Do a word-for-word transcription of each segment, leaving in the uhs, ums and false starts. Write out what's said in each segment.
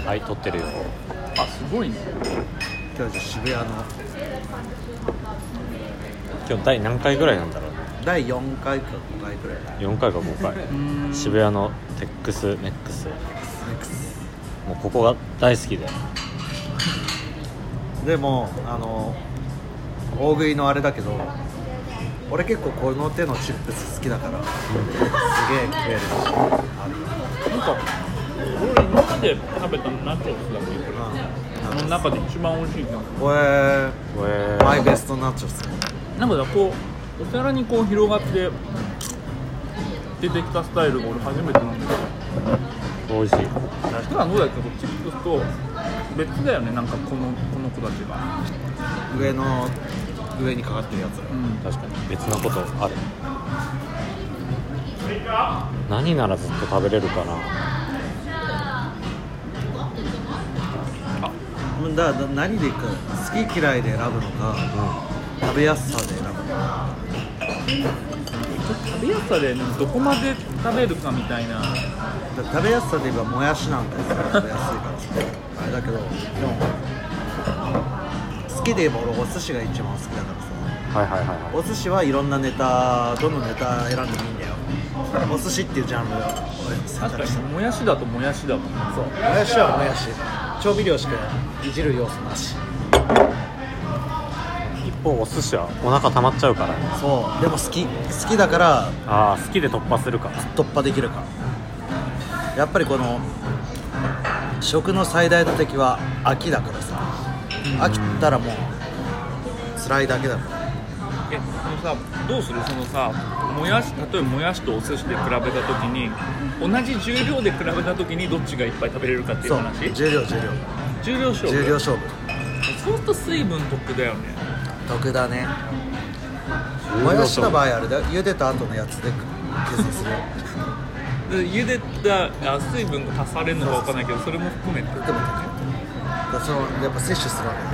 はい、撮ってるよ。 あ、すごいね。 今日じゃ渋谷の今日第何回ぐらいなんだろうね。 だいよんかいかごかいくらい。 よんかいかごかい。渋谷のテックスネックス。もうここが大好きで。 でもあの大食いのあれだけど、俺結構この手のチップス好きだから、うん、すげえ食えるしある。 なんか俺今まで食べたナチョスだけど、この中で一番美味しいな。 これマイベストナチョス。 なんかこうお皿にこう広がって出てきたスタイルが俺初めてなんだけど、 美味しい。 普段どうだっけ、チップスと別だよね。なんかこのこの子たちが上の上にかかってるやつら、うん、 確かに別なことある。何ならずっと食べれるかな。 あ、だだ何でいくか、好き嫌いで選ぶのか、うん、食べやすさで選ぶのか。 食べやすさでどこまで食べるかみたいな。 食べやすさで言えばもやしなんか食べやすいからさあれだけど、でも好きで言えば俺お寿司が一番好きだからさ、 はいはいはいはい、 お寿司はいろんなネタ、どのネタ選んでもいいんだよ。お寿司っていうジャンルを確かにもやしだともやしだもん。 そう、もやしはもやし、調味料しかいじる要素なし。 一方お寿司はお腹溜まっちゃうからね。 そうでも好き好きだから、 ああ好きで突破するか、 突破できるか。やっぱりこの食の最大の敵は飽きだからさ、飽きたらもう辛いだけだから。 え、そのさ、どうするそのさ、もやし、例えばもやしとお寿司で比べたときに、同じ重量で比べたときにどっちがいっぱい食べれるかっていう話。 そう、重量重量重量勝負。 重量勝負。 そうすると水分得だよね。 得だね。もやしの場合あれだ、茹でた後のやつで計算するよ。 茹でたあ水分が足されるのか分からないけど、それも含めて。 でもだそのやっぱ摂取するわけだ。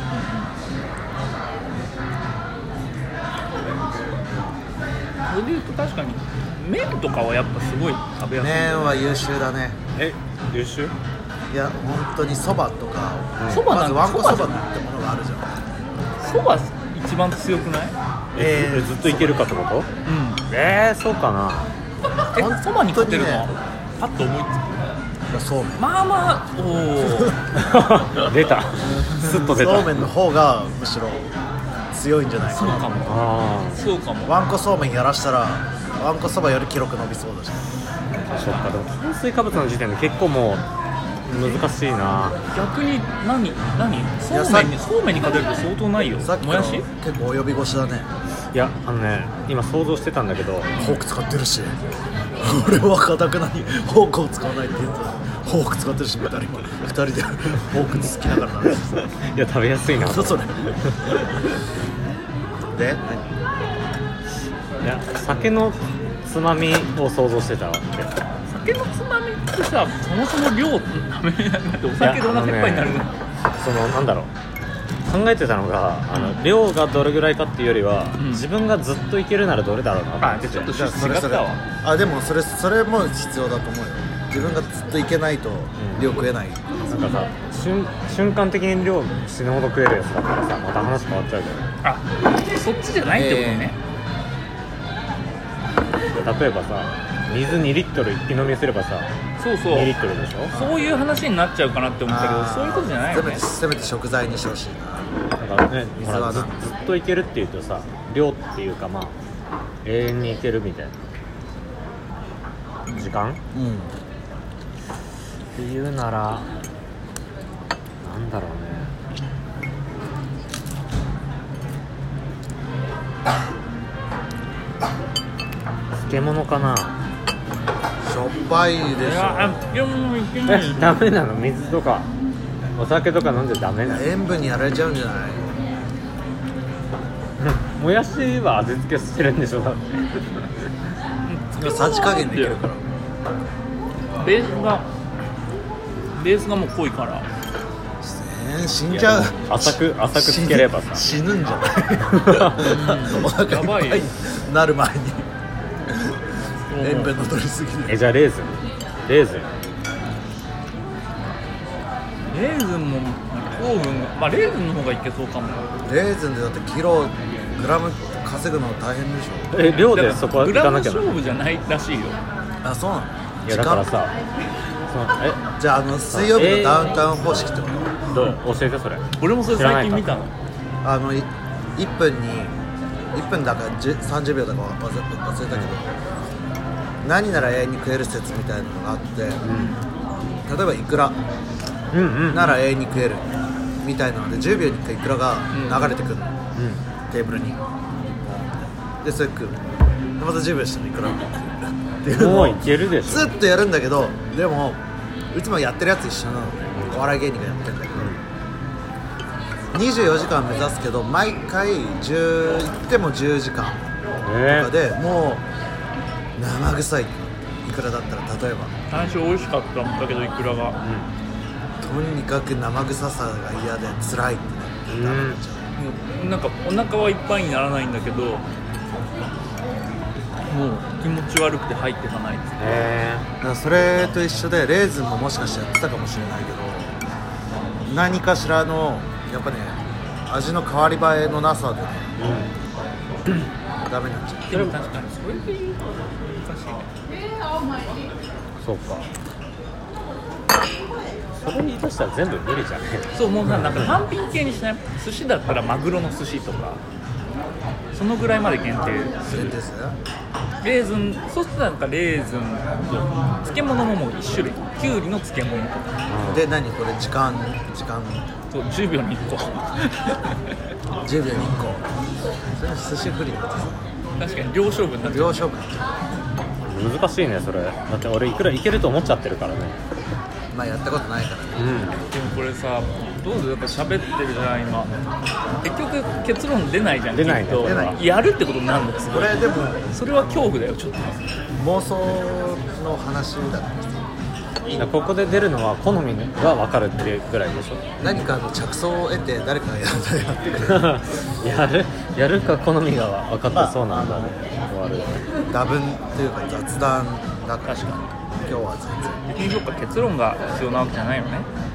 それでいうと確かに麺とかはやっぱすごい食べやすい。 麺は優秀だね。 え、優秀？ いや本当にそばとか、 そば、うん、 まずわんこそばってものがあるじゃん。 そば一番強くない？ えー、ずっといけるかってこと？うん。えー、そうかな。 え、そばに勝てるの？ね、パッと思いつく。 そうめん。 まあまあ、おお。 出た。スッと出た。 そうめんの方がむしろ強いんじゃないかな。 そうかも。ああ、そうかも。 わんこそうめんやらしたらわんこそばより記録伸びそうだし。 そっか、でも炭水化物の時点で結構もう難しいな。 逆に何何そうめんにそうめんに勝てるって相当ないよ。 さっきもやし結構及び腰だね。 いや、あのね、今想像してたんだけど、 フォーク使ってるし、俺は固くなにフォークを使わないって言ったらフォーク使ってるしみたいな、ふたりでフォーク好きながらなんですよ。 いや食べやすいな。 そうそれでいや、酒のつまみを想像してたわけ。 酒のつまみってさ、そもそも量食べれなくなってお酒でお腹いっぱいになるの、ね、 そのなんだろう、考えてたのが、あの量がどれぐらいかっていうよりは、うん、自分がずっといけるならどれだろうな。 あ、じゃあちょっと違ったわ。 あ、でもそれそれも必要だと思うよ。自分がずっといけないと量食えない、 うん、なんかさ、瞬, 瞬間的に量死ぬほど食えるやつだったらさ、また話変わっちゃうけど。 あ、そっちじゃないってことね、 えー、例えばさ、水にリットル一気飲みすればさ、 そうそうにリットルでしょ。 そういう話になっちゃうかなって思ったけど、そういうことじゃないよね。 せめて食材にしてほしいな。 だからね、ほら ず, ずっといけるっていうとさ、量っていうか、まあ永遠にいけるみたいな時間、うん、っていうならなんだろうね。漬物かな。 しょっぱいでしょ。いや、漬物いけない。 え、ダメなの？水とかお酒とか飲んでダメなの？ 塩分にやられちゃうんじゃない？ もやしは味付けしてるんでしょ、だって。 さじ加減できるから。 ベースがベースがもう濃いから、 えー、死んじゃう。 浅く浅くつければさ死ぬんじゃないお腹いっぱいになる前に塩分の取りすぎで。 え、じゃあレーズンレーズンレーズンも糖分が、まあレーズンの方がいけそうかも。 レーズンでだってキログラム稼ぐの大変でしょ。 え量でそこはグラム行かなきゃな勝負じゃないらしいよ。 あ、そうなの。 いやだからさそのえじゃああの水曜日のダウンタウン方式ってこと、 どう教えてそれ。 俺もそれ最近見たの。 あのいいっぷんにいっぷんだかさんじゅうびょうだか忘れ忘れたけど、何なら永遠に食える説みたいなのがあって、例えばイクラうんうんなら永遠に食えるみたいなのでじゅうびょうにいっかいイクラが流れてくるの、テーブルに。でそれ食う。でまたじゅうびょうしてもイクラっていうのをもういけるでしょ。 ずっとやるんだけど、でもいつもやってるやつ一緒なのね。お笑い芸人がやってるんだけど、にじゅうよじかん目指すけど毎回じゅういってもじゅうじかんえとかでもう生臭いイクラだったら、例えば最初美味しかったんだけどイクラが、 とにかく生臭さが嫌で辛いってなってダメになっちゃう。 もうなんかお腹はいっぱいにならないんだけど、もう気持ち悪くて入っていかないですね。 へだからそれと一緒でレーズンももしかしてやってたかもしれないけど、何かしらのやっぱね味の変わり映えのなさでね、 えうんダメになっちゃう。 でも確かにそれで言うと難しいね。 そうか。それ言い出したら全部無理じゃねそうもうさ、なんか単品系にしない。寿司だったらマグロの寿司とかそのぐらいまで限定する。 ですね。 レーズン、そうしたらなんかレーズンと漬物ももう一種類、きゅうりの漬物とか、 で何これ時間時間そうじゅうびょうにいっこじゅうびょうにいっこ。それ寿司不利になってさ、 確かに両勝負になってる。 両勝負。 難しいねそれ。だって俺いくらいけると思っちゃってるからね。 まあやったことないからね。 うんでもこれさ、どうぞやっぱ喋ってるじゃん今。結局結論出ないじゃん。 出ないねきっと出ないやるってことになるんですよ。 これでもそれは恐怖だよちょっと。 妄想の話だからさ、 ここで出るのは好みが分かるっていうぐらいでしょ。 何かの着想を得て誰かがやったらやってくれるやるやるか好みが分かってそうなんだね。終わる。 多分っていうか雑談だから確か今日は全然に結局結論が必要なわけじゃないよね。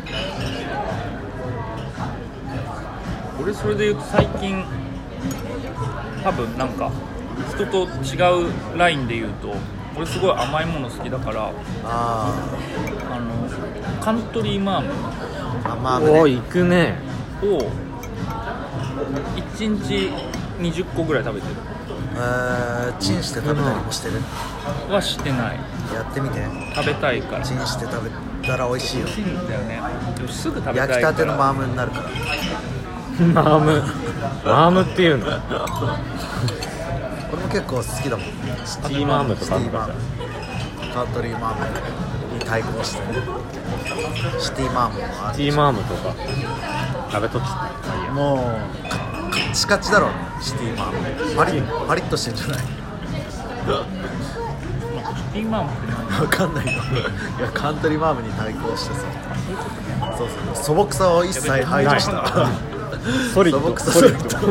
俺それで言うと最近多分なんか人と違うラインで言うと、俺すごい甘いもの好きだから、 ああのカントリーマームあまあおおね行くね。 をいちにちにじゅっこぐらい食べてる。 えーチンして食べたりもしてる。 はしてない。 やってみて。 食べたいから。 チンして食べたら美味しいよ。 美味しいんだよね。でもすぐ食べたいから。 焼きたてのマームになるから。 マームマームっていうの。 俺も結構好きだもん。 シティマームとかあるからシティマーム、カントリーマームに対抗してシティマームもある。 シティマームとか食べときたいや。 もうカッチカチだろうね。シティマームパリッパリッとしてんじゃない？ シティマームって何？ わかんないよ。いやカントリーマームに対抗してさ、そうそう素朴さを一切排除したソリッド素朴さソリッド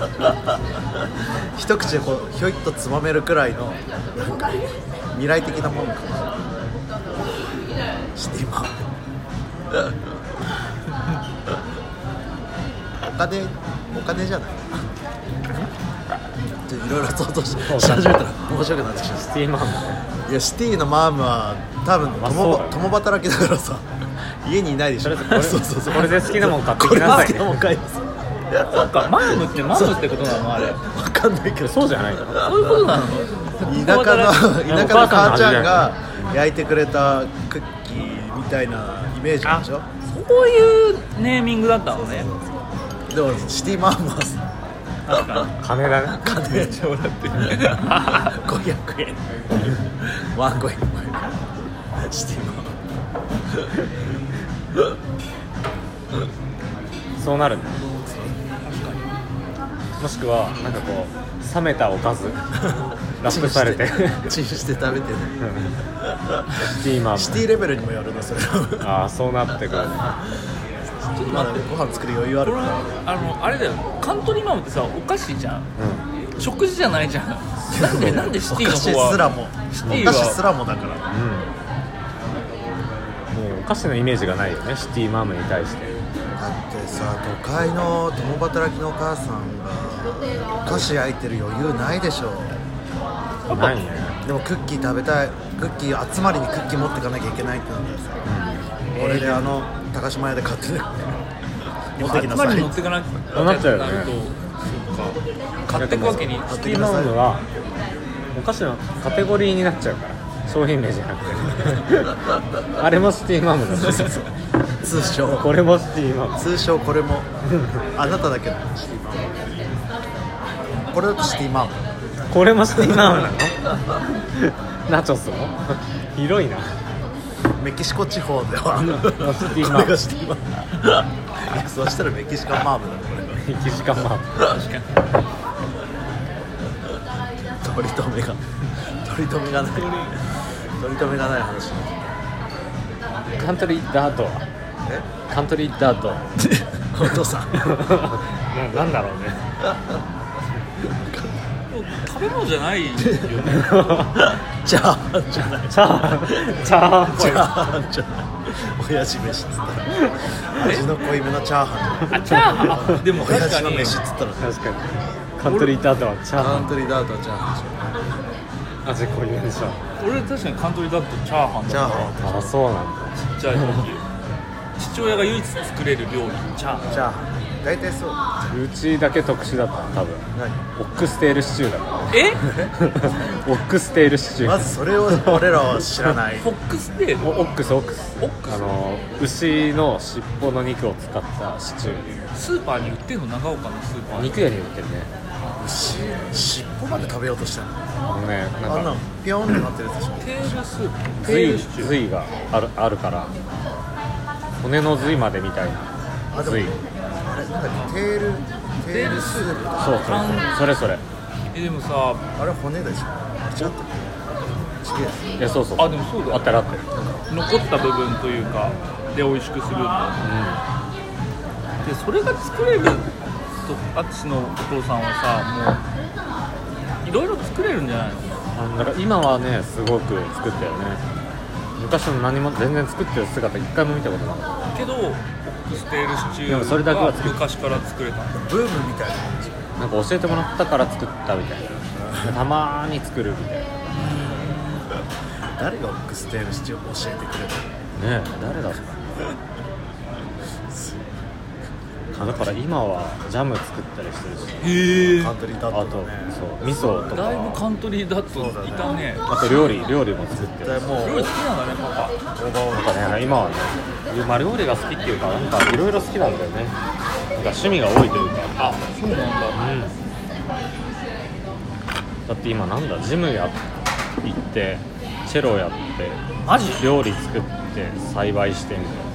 一口でこうひょいっとつまめるくらいのなんか未来的なものかもシティマームお金お金じゃないちょっといろいろ想像しし始めたら面白くなってきた。 シティマーム。 いやシティのマームは多分まあ共,、 そうだよ共働きだからさ家にいないでしょ。 とりあえずこれそうそうそうこれで好きなもん買ってきなさいねこれで好きなもん買います。 そうか、マームってマームってことなのあれ。 わかんないけどそうじゃないの。 そういうことなの？ 田舎の田舎の母ちゃんおが焼いてくれたクッキーみたいなイメージなんでしょ。 そういうネーミングだったのね。 でもシティマームは確かに。 金だね。 金ちょうだって。 ごひゃくえんワンコインシティマームそうなるね。もしくはなんかこう冷めたおかずラップされてチンして食べてね。 シティマーム。 シティレベルにもよるねそれは。 ああそうなってくるね。 ちょっと待ってご飯作る余裕あるこれから。 あのあれだよ。カントリーマームってさ、お菓子じゃん。 う食事じゃないじゃん。なんでなんでシティのお菓子方はすらもシティはお菓子すらもだから。 んうん。もうお菓子のイメージがないよね、シティマームに対して。 だってさ、都会の共働きのお母さんがお菓子焼いてる余裕ないでしょ。 ないね。 でもクッキー食べたい、クッキー集まりにクッキー持ってかなきゃいけないってなんだよさ、うん、これであの高島屋で買ってね持ってきなさい。 集まりに持ってかなきゃそうなっちゃうよね。 そうか、買ってくわけに。 シティマームはお菓子のカテゴリーになっちゃうから、商品名じゃなくてあれもシティマームだし通称これもシティマーム、 通称これもあなただけのシティマーム、これだとシティマーム、 これもシティマームなのナチョスも広いな。 メキシコ地方ではシティマーム、 これがシティマームいや、そうしたらメキシカンマームだね、これメキシカンマーム確かに取り留めが取り留めがない取り留めがない話。 カントリーダートはえカントリーダートお父さんな, なんだろうね食べ物じゃないよねチャーハンじゃない、 チャーハンチャーハンっぽいチャーハンじゃない、親父飯っつったら味の濃いめのチャーハンじゃない、 あ、チャーハンでも確かに親父の飯っつったら確かにカントリーダートはチャーハンカントリーダートはチャーハンじゃ味濃いめでしょ。 俺確かにカントリーだとチャーハンだチャーハンあ、そうなんだ。 ちっちゃい時父親が唯一作れる料理チャーハン。 チャーハン大体そう。 うちだけ特殊だった多分。 何オックステールシチューだからえオックステールシチュー、 まずそれを俺らは知らないフォックステールおオックスオックスオックスあの牛の尻尾の肉を使ったシチュー。 スーパーに売ってるの、長岡のスーパーに。 肉屋に売ってるね。 牛尻尾まで食べようとしたの。 あのね、なんかあんなのピヨンってなってるでしょ。 テールスープ、テー髄ルシチュー。 髄があるあるから骨の髄までみたいなあでも髄。 あれなんだっけ、テールテールスープだ。 そうそうそれそれえでもさ、 あれ骨でしょ。違った違う。 いやそうそうあでもそうだよあったらあったよ。 残った部分というかで美味しくするんだ。でそれが作れると、あっちのお父さんはさ、もういろいろ作れるんじゃないの？ あだから今はねすごく作ったよね。昔の何も全然作ってる姿一回も見たことなかっけどオックステールシチュでもそれだけは作るーが昔から作れたんだ。 ブームみたいな感じ。 た。なんか教えてもらったから作ったみたいな。たまーに作るみたい誰がオックステールシチューを教えてくれたの？ な。ねえ誰だそれ。だから今はジャム作ったりしてるし、 へえ。 カントリーダあとットだね。 そう味噌とだいぶか、 カントリーだとそうだねいたね。 あと料理料理も作ってる。 絶対もう料理好きなんだね、パパ。 オーバーオーなんかね今はね、まあ、料理が好きっていうかなんかいろいろ好きなんだよね。なんか趣味が多いというか。 あ、そうなんだ。 うん。だって今なんだジムや行ってチェロやってマジ？ 料理作って栽培してみたいな。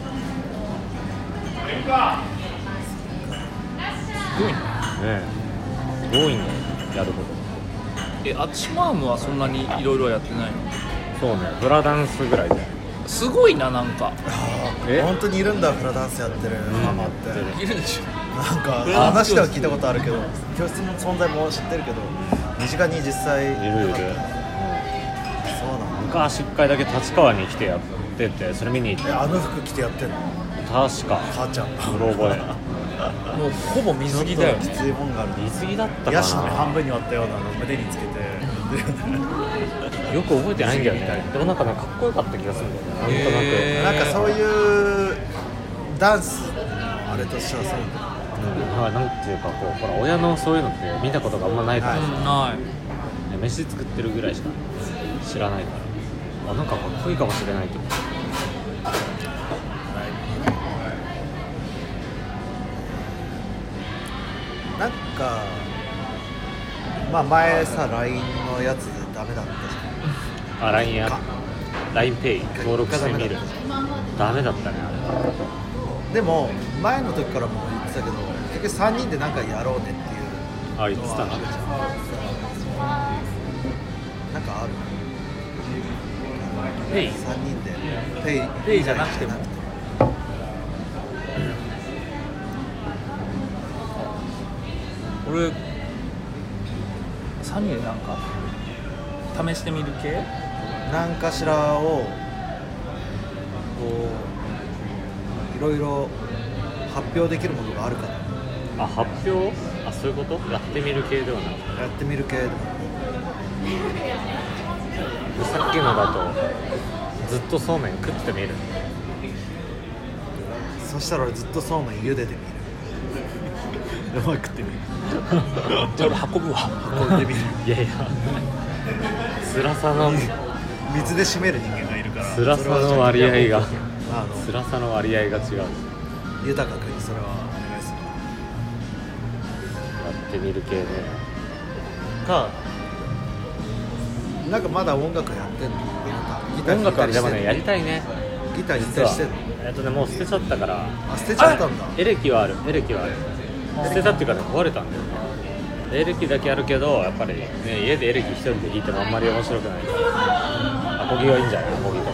すごいね。 ねえすごいねやること。 え、あっちマームはそんなにいろいろやってないの？ そうねフラダンスぐらいで。 すごいな、なんか。 え本当にいるんだ、フラダンスやってるママって、 うんいるでしょ。 なんかフラダンス話では聞いたことあるけど、教室の存在も知ってるけど、身近に実際いるいる。 そうなの。 昔一回だけ立川に来てやっててそれ見に行ってえ、あの服着てやってんの？ 確か母ちゃんうろ覚えもうほぼ水着だよちょっときついもんがある。 水着だったかヤシの半な分に割ったようなのを胸につけてよく覚えてないんだよね。でもなんかねかっこよかった気がするんだよねなんとなく、 へーなんかそういうダンスのあれとしてはそううん、まあなんていうかこうほら親のそういうのって見たことがあんまないからさ、 うん、ない。 ね飯作ってるぐらいしか知らないからあなんかかっこいいかもしれないけどなんかまあ前さ ライン のやつでダメだったじゃん。 あ ライン やかラインペイ 登録してみるダメだったねあれ。 でも前の時からも言ってたけど結局さんにんで何かやろうねっていうあ言ってたなのはあるじゃん。なんかあるペイさんにんでペイペイじゃなくても俺さんにんでなんか試してみる系？ 何かしらをこうろいろ発表できるものがあるから。 あ、発表？あ、そういうこと？やってみる系ではなくやってみる系でも。 さっきのだとずっとそうめん食ってみる。 そしたら俺ずっとそうめん茹でてみる。うまく食ってみる。 じゃあ俺運ぶわ。 運んでみる。 いやいや辛さの水で締める人間がいるから辛さの割合があの辛さの割合が違う。 豊か君にそれはお願いする。 やってみる系ね。 かなんかまだ音楽やってんの？ギター音楽はでも弾いたりしてんのねやりたいね。 ギター弾いたりしてんの？ えっとねもう捨てちゃったから。 あ、捨てちゃったんだ。 エレキはある。エレキはある。捨てたっていうかね壊れたんだよね。エレキだけあるけどやっぱりね家でエレキ一人で弾いてもあんまり面白くない。アコギがいいんじゃない？アコギとか。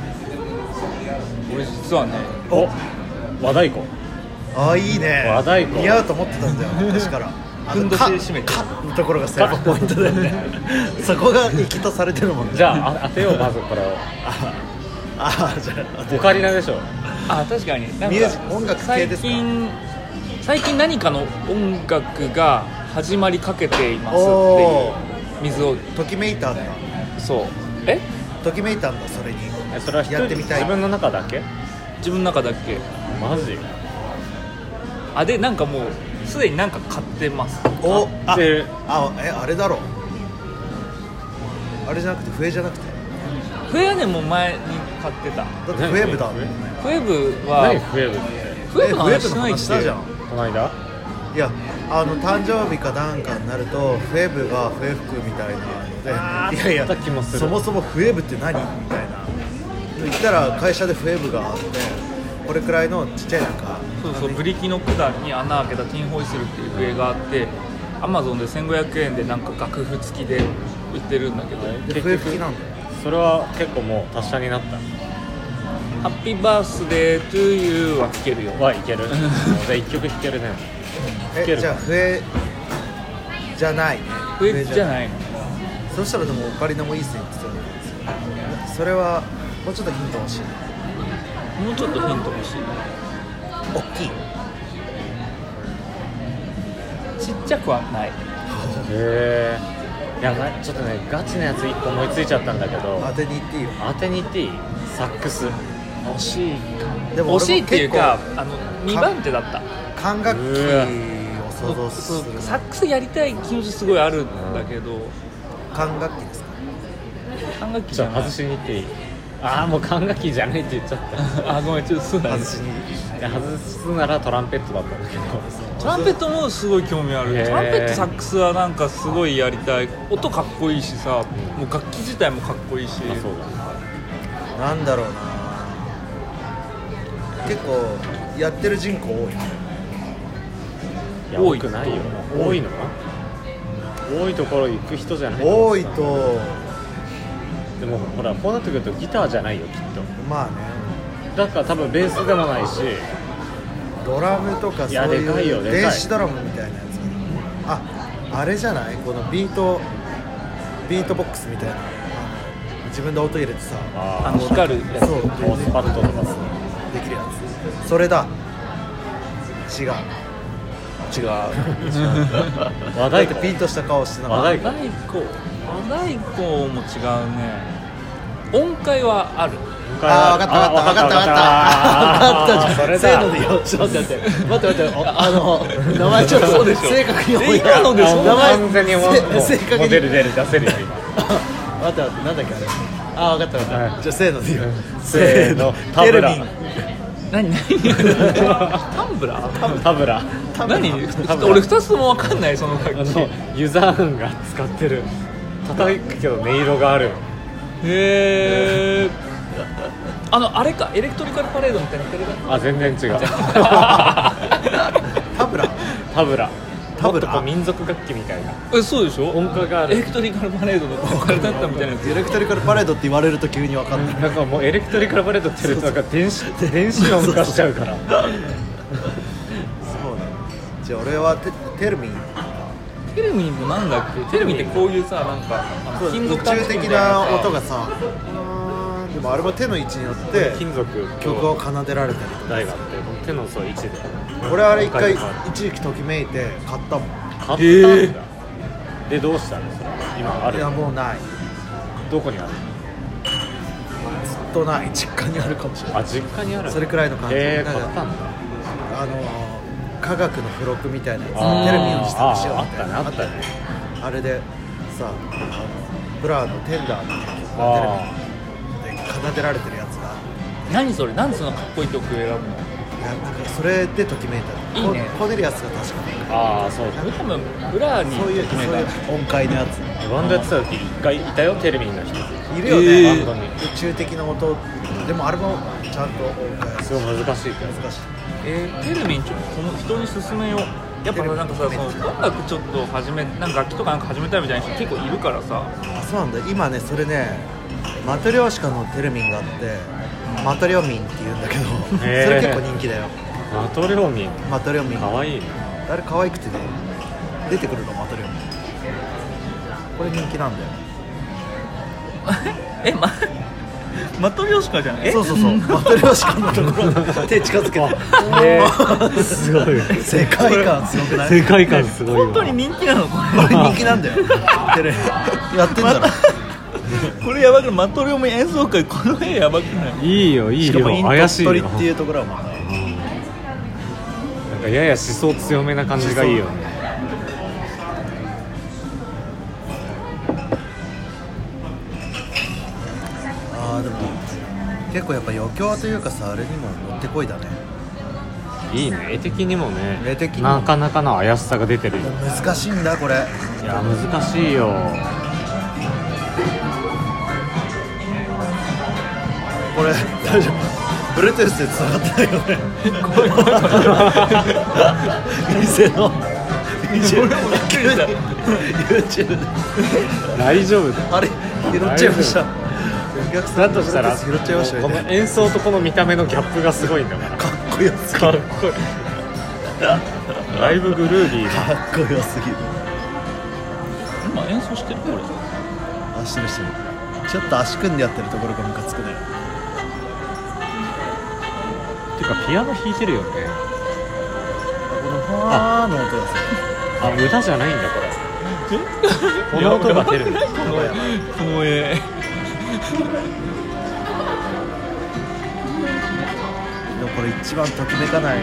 俺実はね、 お和太鼓。 あ、いいね。 和太鼓似合うと思ってたんだよ私から。 ふんどしで締めてカッのところがセーブポイントだよね。そこが粋とされてるもんね。 じゃあ当てようまずこれを。 ああ、じゃあオカリナでしょ。 あ、確かになんミューかジ音楽系最ですか？ 近最近何かの音楽が始まりかけていますっておいう水をときめいたんだ。 そうえときめいたんだそれに。 えそれは一人やってみたい自分の中だけ？ 自分の中だけマジ？ あでなんかもうすでになんか買ってます。 おあ買ってるあえあれだろう。あれじゃなくて笛じゃなくて。 フェアネも前に買ってた。 だってフェーブだもん。 何フェーブは何フェーブってフェーブのえ話しないっしたじゃん。 て。 この間？ いや、あの誕生日かなんかになるとフェーブが笛吹くみたいなので、いやいやあった気もするそもそもフェーブって何みたいな言ったら会社でフェーブがあって、これくらいのちっちゃいなんかそうそうブリキの管に穴開けたティンホイッスルっていう笛があってアマゾンでせんごひゃくえんでなんか楽譜付きで売ってるんだけど、 で笛吹きなんだよ。 それは結構もう達者になったハッピーバースデートゥーユーは聴けるよ。 はいける。もうじゃあ一曲弾けるね。吹けるえじゃあ笛じゃないね。 笛じゃないの。 そしたらでもオカリナもいい線いってたんですよ。それはもうちょっとヒント欲しい。 もうちょっとヒント欲しい。 大きい。 ちっちゃくはない。 へえ。いやちょっとねガチなやつ一個思いついちゃったんだけど、 当てに行っていいよ。 当てに行っていい？サックス。 惜しいでも俺も惜しいっていうか結あのにばん手だった。 管楽器を想像すそうる。 サックスやりたい気持ちすごいあるんだけど、 管楽器ですか？ 管楽器じじゃない。 ゃあ外しに行っていい？ああもう管楽器じゃないって言っちゃったあごめんちょっとそうだね。 外しに。 いや外すならトランペットだったんだけど。 トランペットもすごい興味ある。 へートランペットサックスはなんかすごいやりたい。音かっこいいしさ、もう楽器自体もかっこいいし。 あそうだ。 なんだろうな。結構やってる人口多い。 いや多くないよ。多いの？多いところ行く人じゃないの？ 多いとでもほらこうなってくるとギターじゃないよきっと。 まあね。 だから多分ベースでもないし。 ドラムとかそういやでかいいうよでかい電子ドラムみたいなやつ。あ、あれじゃない？このビートビートボックスみたいな。あの自分で音入れてさ、 ああの光るやつ。 そうモースパッドとかさ。 できるやつ。それだ。違う。 違う。 和だっ太鼓。 てピンとした顔してなかった。 和太和太鼓和太鼓も違うね。音階はある。 あー、分かった分かった分かった分かった分かったじゃん。 それだ。 せーのでよ。ちょっと待って待って待っておあの名前ちょっとそうでしょ正確に思い今のでそんな名前完全にもうせ正確にモデル出る出せるよ今。 待って待ってなんだっけあれ。あー、分かった分かった。 はいじゃあせーのでよ。 せーのタブラテルミン。 何何タンブラータブラ。 何タブラ俺ふたつとも分かんないその楽器。 あのユザーンが使ってる叩くけど音色がある。 へえ。あのあれかエレクトリカルパレードみたいなやってるか。 あ全然違う。 タブラ。 タブラ。 タブラもっとこう民族楽器みたいなえそうでしょ。 音階がある。 エレクトリカルパレードのボーカルだったみたいなやつ。 エレクトリカルパレードって言われると急に分かんない。 なんかもうエレクトリカルパレードって言うとなんか電子電子音化しちゃうから。 そうだ。じゃあ俺はテテルミン。 テレミンもなんだっけ。テレミンってこういうさなんかあの金宇属宙的な音がさ、うーんでもあれも手の位置によって金属曲を奏でられたりとか台があって手のそう位置で俺あれ一回一時期ときめいて買ったもん。 買ったんだ。でどうしたのそれ今ある？ いやもうない、 どこにある？ ずっとない、実家にあるかもしれない。 あ、実家にある。 それくらいの感じ。 へえ、 なんか買ったんだ。 あの科学の付録みたいなやつ、 あーテレビを自作しようみたいなあーあったねあったね。 あれでさ、あのブラのテンダーの曲がテレビで奏でられてるやつが、 何それ、なんでそんなかっこいい曲選ぶの？ いやなんかそれでときめいた。 いいねコネリアスが確かにああ、そうだ。 多分ブラにそういうそういう音階のやつバンドやってた時一回いたよ、テレビの人。 いるよね、 えーバンドに宇宙的な音でもあれもちゃんと音階すごい難しいけど。 難しい。 えー、テルミンちょっとその人に勧めよう。やっぱなんかさ、その音楽ちょっと始めなんか楽器とかなんか始めたいみたいな人結構いるからさ。 あ、そうなんだ。今ねそれねマトリョーシカのテルミンがあってマトリョミンって言うんだけど、 へーそれ結構人気だよ。 マトリョーミンマトリョミンかわいいね。 あれ可愛くてね出てくるのマトリョミン、これ人気なんだよ。 え、まマトリョーシカじゃん。え、 そうそうそうマトリョーシカのところに手近づけてえー、すごい。 世界観すごくない？ 世界観すごいわ。 本当に人気なのここれ人気なんだよ。テレやってんだろ。 れ。これやばくない？マトリョーミン演奏会この絵やばくない？ いいよ、いいよ。 しかもイン怪しいよ。 鳥取っていうところはもうなんかやや思想強めな感じがいいよね。 あーでも結構やっぱ余興というかさ、あれにももってこいだね。 いいね、絵的にもね。 絵的にもなかなかの怪しさが出てるよ。 難しいんだこれ。 いや難しいよ。 これ大丈夫？Bluetooth で繋がってないよね。店の YouTube 大丈夫だよ。 あれ拾っちゃいました。お客さんだとしたら Bluetooth 拾っちゃいましたよこのね。 演奏とこの見た目のギャップがすごいんだから。 かっこよすぎる。 かっこいい。だいぶグルービーな。 かっこよすぎる。 今演奏してるこれ。 あ、してるしてる。ちょっと足組んでやってるところがムカつくね。 てかピアノ弾いてるよね。 このファーの音がする。 あ、歌じゃないんだこれ。この音が出るんだ。 この絵。 でもこれ一番ときめかない。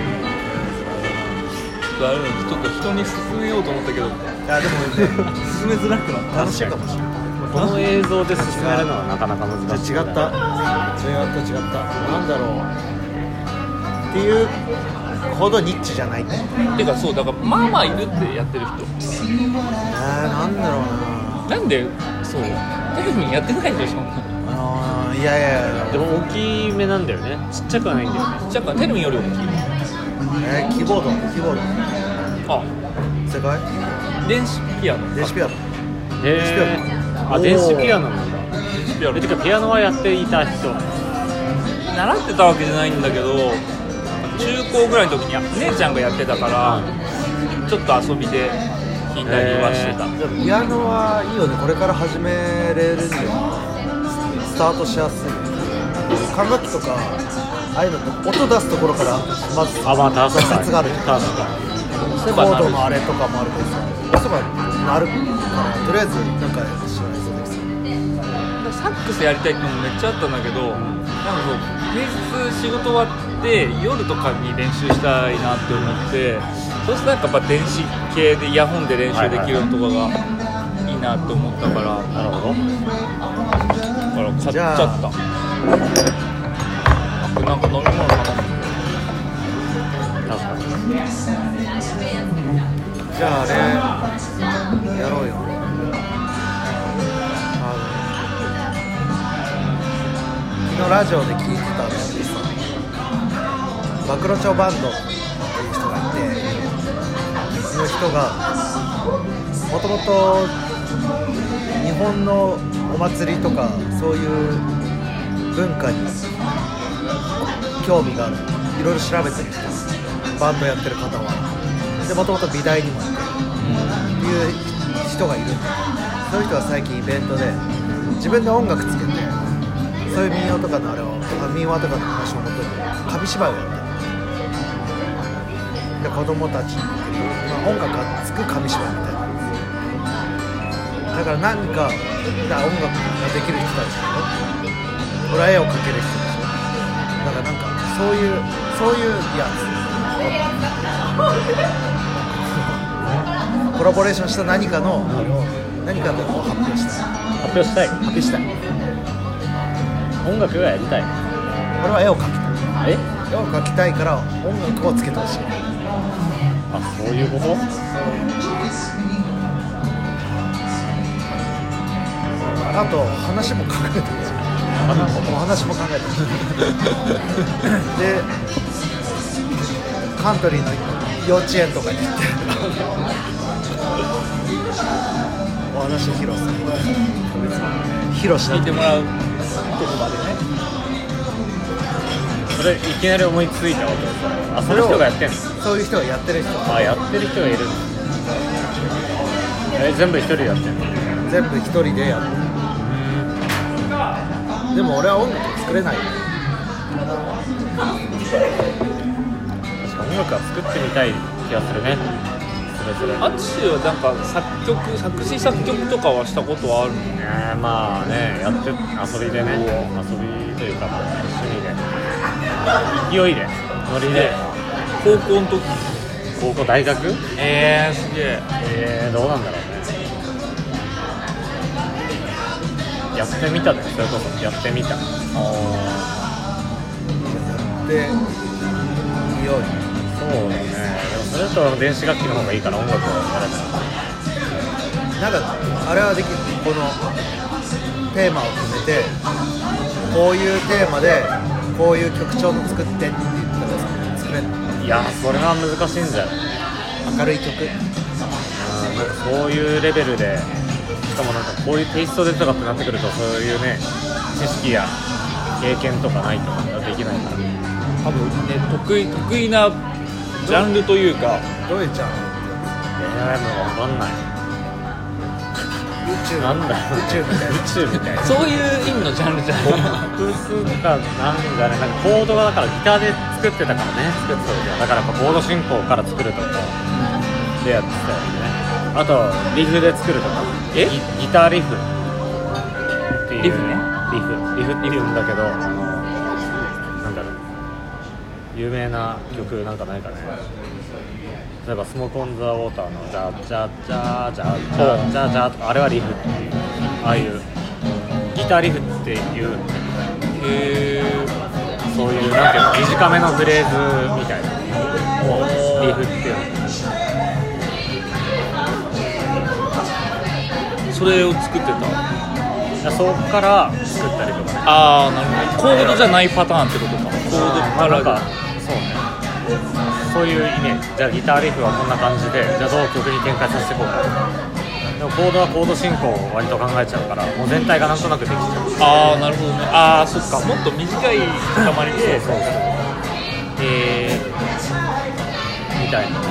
あれちょっと人に勧めようと思ったけどあ、でもね勧めづらくなった。 楽しいかもしれない。 この映像で進めるのはなかなか難しい。 違った違った違ったなんだろうっていうほどニッチじゃない。 てかそうだからまあまあいるってやってる人。 えー、なんだろうな。 なんでそうテレビやってないでしょそんな。 あーいやいやいやでも大きめなんだよね。ちっちゃくはないんだよね。 じゃあテレビより大きい。 えー、キーボードキーボードあ、 世界電子ピアノ。 電子ピアノへー。あ、電子ピアノなんだ。 電子ピアノえ、てかピアノはやっていた人。 習ってたわけじゃないんだけど中高ぐらいの時に姉ちゃんがやってたからちょっと遊びで弾いたりはしてた。 でもピアノはいいよね。これから始めれるんでスタートしやすい。管楽器とかああいうのって音出すところからまずあ、まあ確かに。 挫折があるじゃん。 確かコードのあれとかもあるけどさ、押せばなるからとりあえずなんか知らないそうです。 サックスやりたいってのもめっちゃあったんだけどなんかそう平日仕事終わって夜とかに練習したいなって思ってそうするとなんかやっぱ電子系でイヤホンで練習できるのとかがいいなって思ったから、 に。なるほど。 だから買っちゃった。なんか飲み物頼む。 確かに。 じゃああれやろうよ。あの昨日ラジオで聞いてたんだけどさ、暴露町バンドっていう人がいて、その人がもともと日本のお祭りとかそういう文化に興味がある、いろいろ調べてる人、バンドやってる方はでもともと美大にも行ってっていう人がいるんだけど、そういう人が最近イベントで自分で音楽つけてそそういう民謡とかのあれを民話とかの話をもとに紙芝居をやってるで子供たち、まあ、音楽がつく紙芝居みたいなだから何かだから音楽ができる人たち俺は絵を描ける人たちだからなんかそういうそういうやつコラボレーションした何かのあれを何かでこう発表したい発表したい発表したい音楽がやりたい俺は絵を描きたいえ絵を描きたいから音楽をつけてほしいあ、そういうこと？ あと話も考えてほしいお話も考えてほしいでカントリーの幼稚園とかに行ってお話を披露する披露し聞いてもらうとこまでねそれいきなり思いついたわけですあ、その人がやってんの？ そういう人がやってる人あ、やってる人がいるんですえ、全部一人でやってんの？ 全部一人でやってるでも俺は音楽作れないよ確か音楽は作ってみたい気がするねそれぞれアツシはなんか作曲作詞作曲とかはしたことはあるの？ ねまあねやって遊びでね遊びというかまあ趣味で勢いでノリで高校の時高校大学えーすげええー、どうなんだろうねやってみたでそれこそやってみたでいいようにそうだねでもそれだと電子楽器の方がいいから音楽をやらないなんかあれはできるこのテーマを決めてこういうテーマでこういう曲調の作ってって言ったら作れるいやそれは難しいんじゃない明るい曲うんなんかそういうレベルでしかもなんかこういうテイストでとかってなってくるとそういうね知識や経験とかないとできないから多分ね得意得意なジャンルというかどういうジャンルえー、もう分かんない宇宙なんだろう宇宙みたいな宇宙みたいなそういう意味のジャンルじゃない複数かなんだねなんかコードがだからギターで作ってたからね作ってた時はだからやっぱコード進行から作るとかでやってたよねあとリフで作るとかえギ, ギターリフっていうリフねリフリフって言うんだけどあのなんだろう有名な曲なんかないかね例えばスモークオンザウォーターのジャージャージャージャージャージャージャーとかあれはリフっていうああいうギターリフっていうへそういうなんていうの短めのフレーズみたいなもうリフっていうのそれを作ってたそこから作ったりとかねああなるほどコードじゃないパターンってことかコードからなんかそうねそういうイメージじゃあギターリフはこんな感じでじゃあどう曲に展開させていこうかでもコードはコード進行を割と考えちゃうからもう全体がなんとなくできちゃうああなるほどねああそっかもっと短い塊でそうそうそうえー、 みたいなね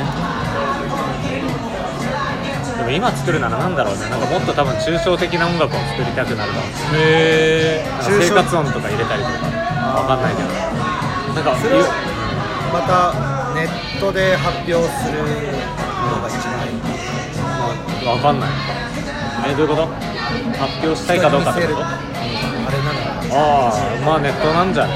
でも今作るならなんだろうねなんかもっと多分抽象的な音楽を作りたくなるかもしれないへえなんか生活音とか入れたりとかわかんないけどなんかそれをまたネットで発表するのが一番いいまあ、わかんないえどういうこと発表したいかどうかってことあれなのかなああまあネットなんじゃない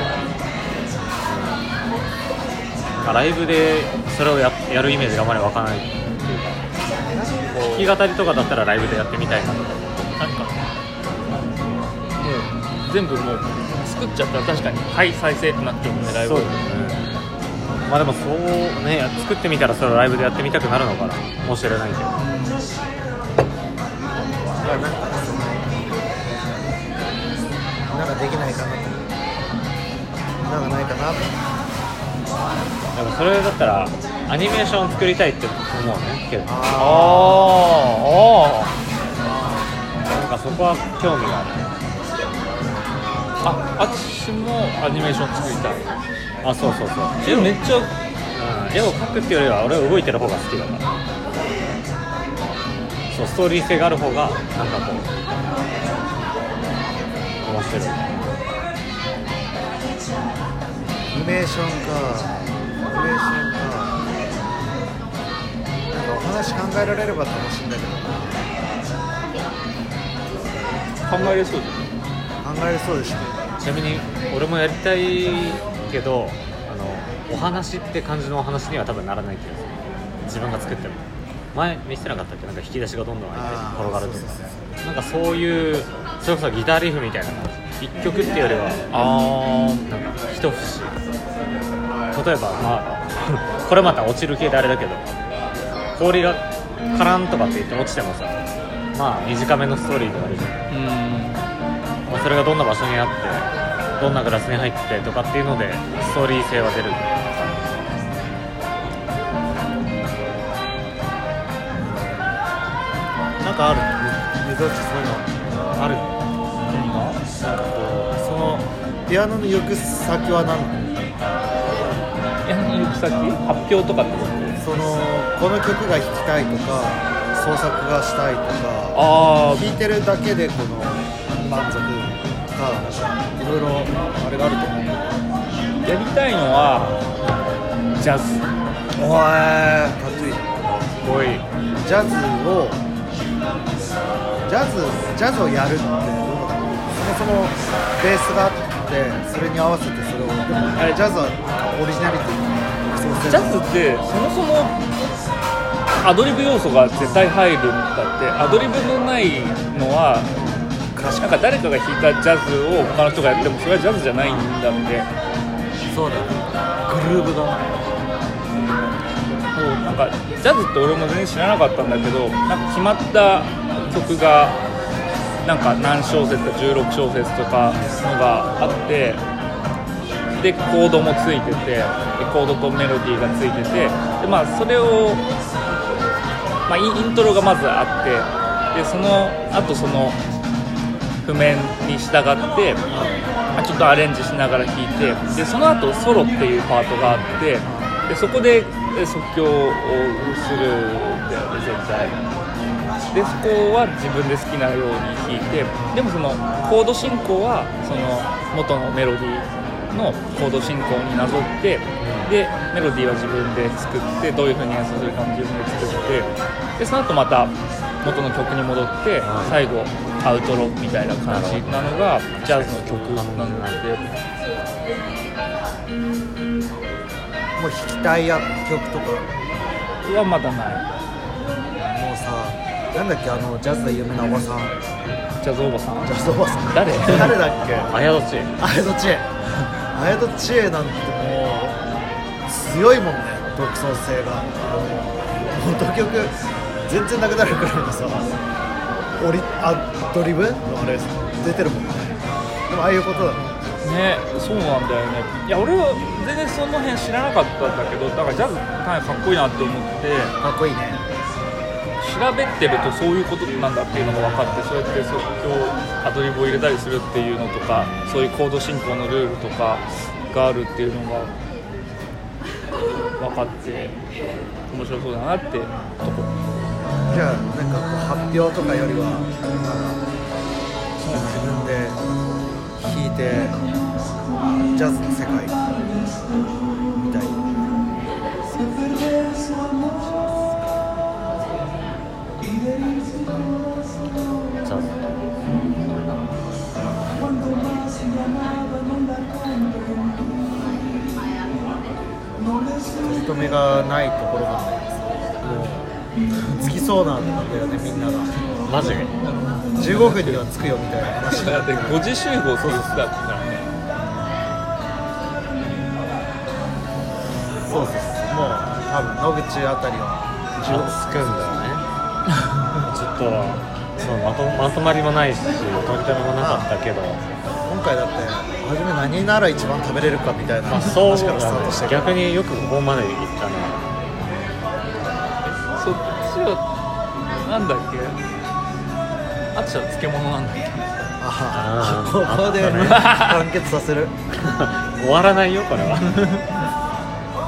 かライブでそれを や, やるイメージがあまりわからないっていうか弾き語りとかだったらライブでやってみたいなとかなんかもう全部もう作っちゃったら確かにはい再生ってなってるもんねライブそうですねまあでもそうね作ってみたらそれをライブでやってみたくなるのかなもしれないけどなんかなんかできないかなとなんかないかなとでもそれだったらアニメーション作りたいって思うねけどああなんかそこは興味があるああっちもアニメーション作りたいあそうそうそう絵めっちゃ、うん、 絵を描くっていうよりは俺は動いてる方が好きだからそうストーリー性がある方がなんかこう面白いニメーションかニメーションかなんかお話考えられれば楽しいんだけど考えれそうです考えれそうでしょ。 ちなみに俺もやりたいけど、あのお話って感じのお話には多分ならない気がする。自分が作っても前見せてなかったっけ、なんか引き出しがどんどん開いて転がるとか、なんかそういうそれこそギターリフみたいな感じ、一曲っていうよりはあなんか一節、例えばまあこれまた落ちる系であれだけど、氷がカランとかって言って落ちてもさ、まあ短めのストーリーであるじゃん。 うんまあ、それがどんな場所にあってどんなグラスに入ってとかっていうのでストーリー性は出る。 なんかあるね、水落ちそういうのある。 何がなんかこうそのピアノの行く先は何なの？ いや行く先発表とかってこと？ そのこの曲が弾きたいとか創作がしたいとか、 あ弾いてるだけでこの満足か、いろいろあれがあると思う。 あやりたいのはジャズ。 おーかっこいい。 おいジャズをジャズジャズをやるってどういうことだろう。そもそもベースがあってそれに合わせてそれを、でもあれジャズはオリジナリティそうジャズってそもそもアドリブ要素が絶対入るんだって。アドリブのないのはクラシック。 なんか誰かが弾いたジャズを他の人がやってもそれはジャズじゃないんだって。 そうだね、グルーブがそうなんかジャズって俺も全然知らなかったんだけど、なんか決まった曲がなんか何小節かじゅうろく小節とかのがあって、でコードもついてて、でコードとメロディーがついてて、でまあそれを、まあ、イントロがまずあって、でその後その譜面に従ってちょっとアレンジしながら弾いて、でその後ソロっていうパートがあって、でそこで即興をするんだよね絶対。でそこは自分で好きなように弾いて、でもそのコード進行はその元のメロディーのコード進行になぞって、でメロディーは自分で作って、どういう風に演奏するかも自分で作って、でその後また元の曲に戻って最後アウトロみたいな感じなのがジャズの曲なんで、 もう弾きたいや曲とかはまだない。 もうさ、なんだっけあのジャズで有名なおばさん、 ジャズおばさんジャズおばさん誰誰だっけ？ 綾戸知恵。 綾戸知恵綾戸知恵なんてもう強いもんね、独創性が。もう独曲全然なくなるくらいのさ、オリアドリブのあれ出てるもんね。でもああいうことだね。 ね、そうなんだよね。いや俺は全然その辺知らなかったんだけど、だからジャズかなりかっこいいなって思ってかっこいいね。 調べてるとそういうことなんだっていうのが分かって、そうやって即興アドリブを入れたりするっていうのとか、そういうコード進行のルールとかがあるっていうのが分かって面白そうだなってとこ。 じゃあなんかこう発表とかよりはまだ自分で弾いてジャズの世界みたい。 ジャズ取り留めがないところがもう着きそうなんだよね、みんなが。 マジじゅうごふんには着くよみたいな話だってごじ集合って言ってたからね。 そうそうそう、もう多分野口あたりは着くんだよねちょっとそう ま, とまとまりもないし取り留めもなかったけど、 今回だって初め何なら一番食べれるかみたいなまあ、そう話からスタートして逆によくここまで行ったね。 そっちはなんだっけ、あっちは漬物なんだっけ。 あこあこであったね完結させる終わらないよこれは漬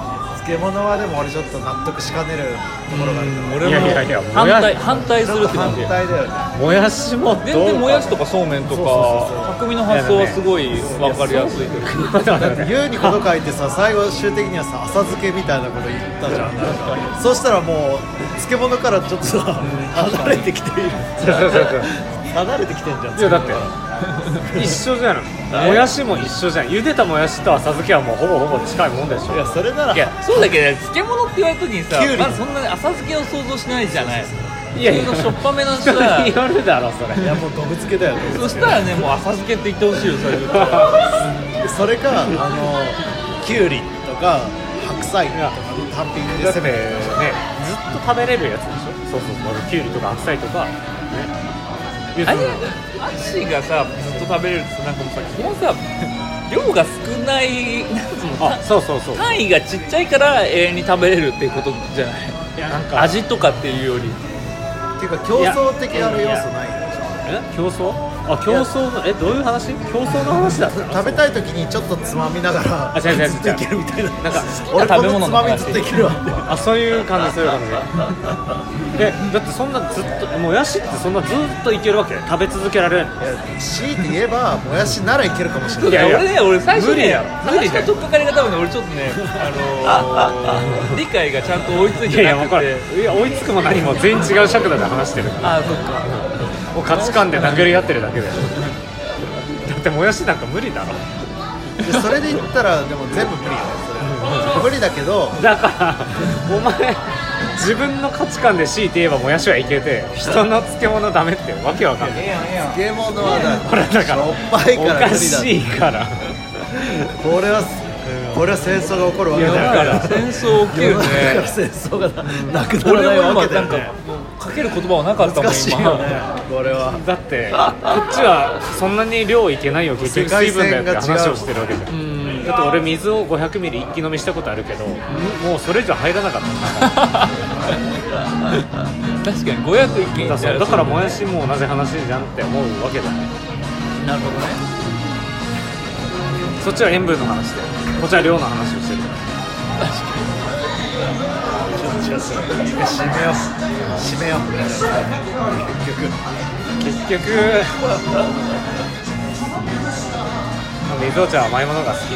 漬物はでも俺ちょっと納得しかねるところがあるから俺もいやいやいや反対もや反対するって反感じ。 対だよね。 もやしもどうか全然もやしとかそうめんとそうそうそうそうか匠の発想はすごい分かりやすい。 だって優にこと書いてさ、最後終的にはさ浅漬けみたいなこと言ったじゃん。そしたらもう漬物からちょっとさ離れてきている。 そうそうそうそう離れてきてんじゃん。 いやだって一緒じゃん。もやしも一緒じゃん。茹でたもやしと浅漬けはもうほぼほぼ近いもんでしょ。 いやそれならいやそうだけど漬物って言われた時にさきゅうりまずそんなに浅漬けを想像しないじゃない。 いやいや普通のしょっぱめの人さによるだろそれ。 いやもうどぶ漬けだよ。 そしたらねもう浅漬けって言ってほしいよ最初からそれかあのきゅうりとか白菜とかの単品でだってね攻めてずっと食べれるやつでしょ。そうそうそう。きゅうりとか白菜とかね。いやあれそのアッシーがさずっと食べれるってなんかもうさ基本さ量が少ないなんつうのあそうそうそう。 単位がちっちゃいから永遠に食べれるっていうことじゃない。 いやなんか味とかっていうよりっていうか競争的な要素ないでしょ。 え競争？あ競争のえどういう話？競争の話だったの？ 食べたい時にちょっとつまみながらあ違う違う違うずっといけるみたいな。 なんか俺食べ物のこのつまみずっといけるわって。 あそういう感じそういう感じ。えだってそんなずっともやしってそんなずっといけるわけ？食べ続けられるの？ いや強いて言えばもやしならいけるかもしれない。 いやいや俺ね俺最初ね無理やろ話の取っかかりが多分ね俺ちょっとねあのー、理解がちゃんと追いついいやいや分かてなくてる。いや追いつくも何も全員違う尺度で話してるから。 あそっかもう価値観で殴り合ってるだけだよ。だってもやしなんか無理だろ。 でそれで言ったらでも全部無理よねそれ。無理だけどだからお前自分の価値観で強いて言えばもやしはいけて人の漬物ダメってわけわかんない。 漬物はだこれだからしょっぱいおから無理だかしいから。 これはこれは戦争が起こるわけだだかからら戦争起きる世の中からね。 戦争がなくならない俺も今なんわけだよね。 かかける言葉はなかったもん難しいよ今ねこれは。 だってこっちはそんなに量いけないよ結局水分だよって話をしてるわけじゃん。 うんだって俺水をごひゃくミリ一気飲みしたことあるけどもうそれ以上入らなかった確かにごひゃく一気にだからだからもやしも同じ話じゃんって思うわけだね。 なるほどね。 そっちは塩分の話でこっちは量の話をしてる。 ちょっと締めよう締めよう結局結局みぞおちゃんは甘いものが好き。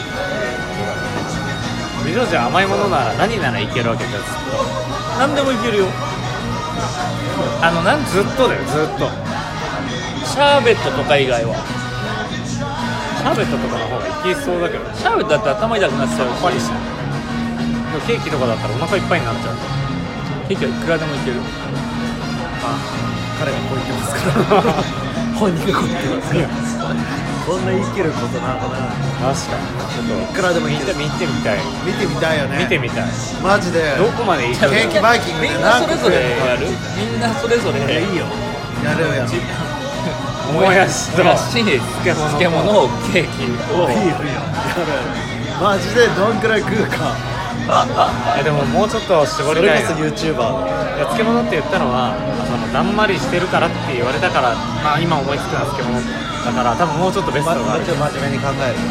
みぞおちゃん甘いものなら何ならいけるわけじゃん。ずっ何でもいけるよ。あのなんとずっとだよずっと。 シャーベットとか以外はシャーベットとかの方がいけそうだけどね。 シャーベットだって頭痛くなっちゃうしさっぱりしてる。でもケーキとかだったらお腹いっぱいになっちゃう。 ケーキはいくらでもいける。 彼がこう言ってますから本人がこう言ってますからこんな言い切ることなのかな。 確かにちょっといくらでもいい見て見てみたい。 見てみたいよね。 見てみたい。 マジでどこまでいけるケーキバイキングでみんなそれぞれ何個やる。みんなそれぞれいやいいよやるよやるよもやしともやし漬漬物物ケーキをいいよいいよやるマジでどんくらい食うか。 えでももうちょっと絞それりたいな。 こそ YouTuber いや漬物って言ったのはそのだんまりしてるからって言われたから、まあ、今思いつくのは漬物だから多分もうちょっとベストがある。 ちょっと真面目に考える。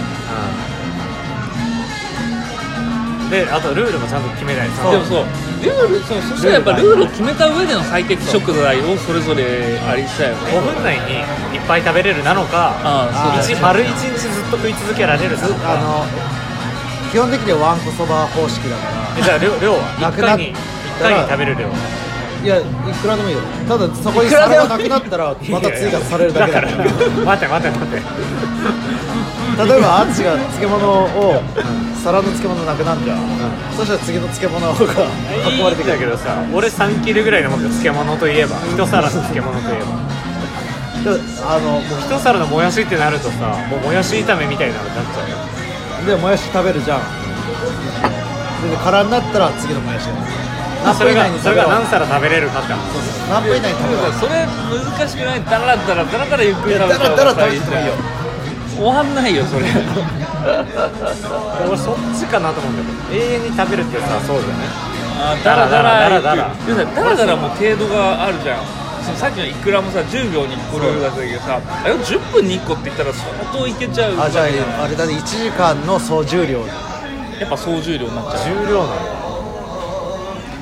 うん、であとルールもちゃんと決めないと。 でもそうルールそうそしたらやっぱルールを決めた上での最適食材をそれぞれありしたよね。 ごふん内にいっぱい食べれるなのか、 ああそうだよね一丸一日ずっと食い続けられるなのか。 あの基本的にはわんこそば方式だかえじゃあ量量は1 なくなっ回にいっかいに食べる量。 らいやいくらでもいいよ。ただそこに皿がなくなったらまた追加されるだけだから。 だから待て待て待て。 例えばアンチが漬物を皿の漬物なくなるじゃん、そしたら次の漬物が運ばれてくるだけどさ俺さんキルぐらいのもん漬物といえば一皿の漬物といえばであのも一皿のもやしってなるとさもうもやし炒めみたいなのになっちゃうよ。 うでもやし食べるじゃん。で空になったら次のもやし何それが分以内にそれが食べろ。 何皿食べれるかって話。 何分以内に食べろ。 それ難しくない。だらだらだらだらゆっくり食べただらだら方が食べてもいいよ。 終わんないよそれ俺そっちかなと思うんだけど永遠に食べるってさそうだよね。 あだらだらだらだらでもさだらだらも程度があるじゃん。そのさっきのイクラもさじゅうびょうにいっこルールだったけどさあれをじゅっぷんにいっこって言ったら相当いけちゃう。 あじゃああれだねいちじかんの総重量。 やっぱ総重量になっちゃう。 重量なの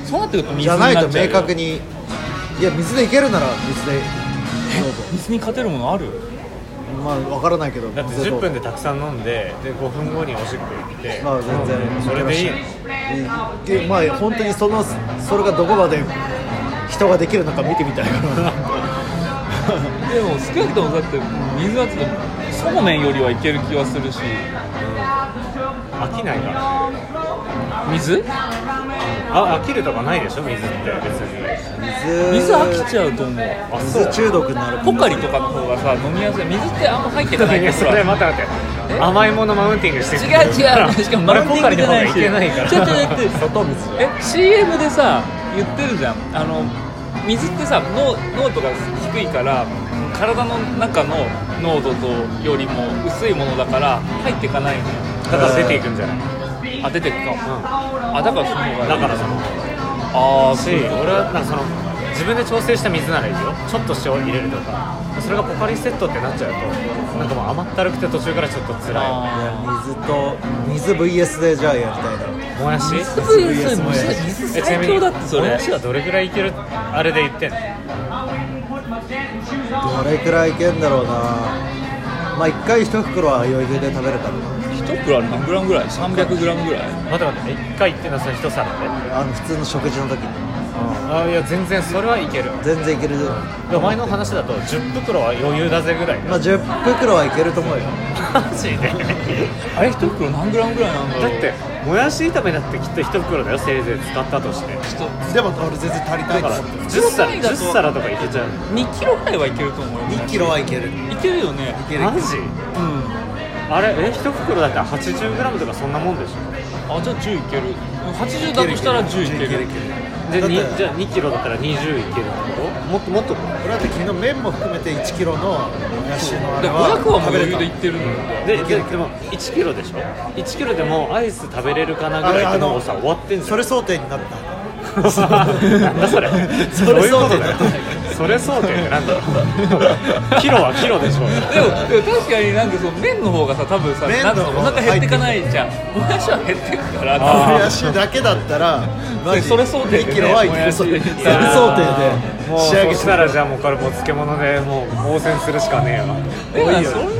そうなってくると水じゃになっちゃうよ。 ないと明確に、いや水でいけるなら水でどうぞ。 水に勝てるものある？ まあ分からないけど、 だってじゅっぷんでたくさん飲んで、でごふんごにおしっこ行って、 まあ全然それでいいの。 いいまあ本当にそのそれがどこまで人ができるのか見てみたいからでも少なくともだって水はちょっとそうめんよりはいける気はするし、 飽きないから。 水？ あ、飽きるとかないでしょ水って別に。 水飽きちゃうと思う。 あ、そう水中毒になる。 ポカリとかの方がさ飲みやすい。水ってあんま入ってないいやそれ待って待って甘いものマウンティングして違う違うしかもマウンティングじゃないしポカリの方がいけないからちょっと待って外水。 え シーエム でさ言ってるじゃん、あの水ってさ濃濃度が低いから体の中の濃度とよりも薄いものだから入っていかないのよ。 だから出ていくんじゃない。 あ出てくか、 うん、 あだからその方がいい。 だからそのああし、俺はなんかその自分で調整した水ならいいよ。ちょっと塩入れるとか、それがポカリセットってなっちゃうとなんかもう甘ったるくて途中からちょっと辛い。 いや水と水 ブイエス でじゃあやりたいな。 もやし水最強だってそれ。 もやしはどれぐらいいけるあれで言ってんの。 どれくらいいけんだろうな。まあ一回一袋は余裕で食べれたの。 一袋何グラムぐらい？さんびゃくグラムぐらい？ 待って待って、一回言ってんのそれ一皿で。 あの普通の食事の時に。 あいや全然それはいける。 全然いける。 お前の話だとじゅっ袋は余裕だぜぐらい。 まあじゅっ袋はいけると思うよ。 マジであれ一袋何グラムぐらいなんだろう。 だってもやし炒めだってきっと一袋だよ、せいぜい使ったとして。 でも俺全然足りたいだからじゅっ皿じゅっ皿とかいけちゃう。 にキロぐらいはいけると思うよ。 にキロはいける。 いけるよね。 いける。 マジ？ うんあれえ一袋だってはちじゅうグラムとかそんなもんでしょ。 あじゃあじゅういける。はちじゅうだとしたらじゅういける。 でにじゃあにキロだったらにじゅういけるってこと？もっともっと。 これだって昨日麺も含めていちキロのもやしのあれでごひゃくはもう食べれた。 余裕でいってるのよ。 でででもいちキロでしょ。いちキロでもアイス食べれるかなぐらいってもうさ終わってんじゃん。 それ想定になった。 なんだそれ。 それ想定だよ。それ想定ってなんだろう。キロはキロでしょうよ。 でもでも確かになんかその麺の方がさ多分さ麺の方なんかお腹減ってかないじゃん。もやしは減ってくから。 もやしだけだったらマジそれ想定でねにキロはいける。それ想定でもう仕上げそしたらじゃあもうこれもう漬物でもう応戦するしかねえわ。 でもいいよそれ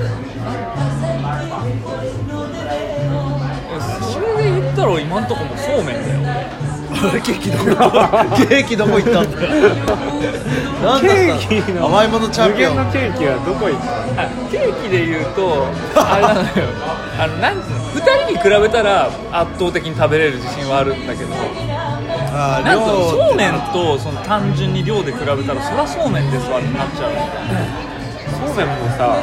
それで言ったら今んとこもそうめんだよ。 ケーキどこ行ったケーキどこ行ったんだよ。なんだったケーキの甘いものチャンピオン。 無限のケーキはどこ行ったの？ あケーキで言うとあれなのよ。あのなんふたりに比べたら圧倒的に食べれる自信はあるんだけど、 あなんか量そうめんとその単純に量で比べたらそりゃそうめんですわってなっちゃう。 そうめんもさ、